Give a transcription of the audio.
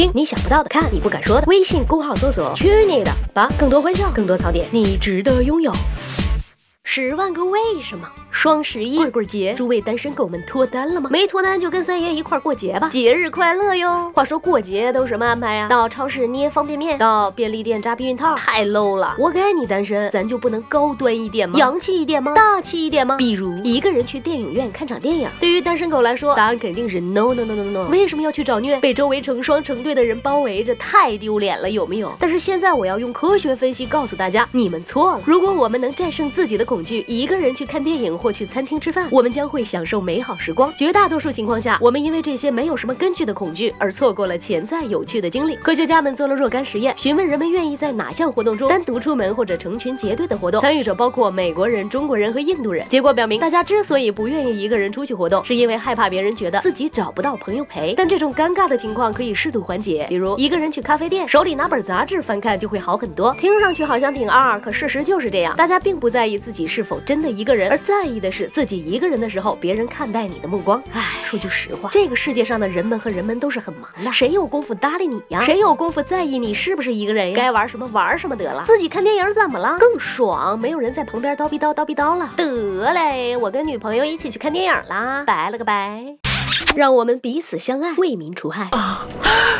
听你想不到的，看你不敢说的。微信公号搜索去你的吧，更多欢笑，更多槽点，你值得拥有。10万个为什么。双11棍棍节，诸位单身狗们脱单了吗？没脱单就跟三爷一块过节吧，节日快乐哟！话说过节都什么安排呀？到超市捏方便面，到便利店扎避孕套，太 low 了！活该你单身，咱就不能高端一点吗？洋气一点吗？大气一点吗？比如一个人去电影院看场电影，对于单身狗来说，答案肯定是 no。为什么要去找虐？被周围成双成对的人包围着，太丢脸了，有没有？但是现在我要用科学分析告诉大家，你们错了。如果我们能战胜自己的恐惧，一个人去看电影或去餐厅吃饭，我们将会享受美好时光。绝大多数情况下，我们因为这些没有什么根据的恐惧而错过了潜在有趣的经历。科学家们做了若干实验，询问人们愿意在哪项活动中单独出门或者成群结队的活动。参与者包括美国人、中国人和印度人。结果表明，大家之所以不愿意一个人出去活动，是因为害怕别人觉得自己找不到朋友陪。但这种尴尬的情况可以适度缓解，比如一个人去咖啡店，手里拿本杂志翻看就会好很多。听上去好像挺二，可事实就是这样。大家并不在意自己是否真的一个人，而在意的是自己一个人的时候别人看待你的目光。唉，说句实话，这个世界上的人们和人们都是很忙的，谁有功夫搭理你呀？谁有功夫在意你是不是一个人呀？该玩什么玩什么得了，自己看电影怎么了？更爽，没有人在旁边叨逼叨了。得嘞，我跟女朋友一起去看电影啦，拜了个拜。让我们彼此相爱，为民除害。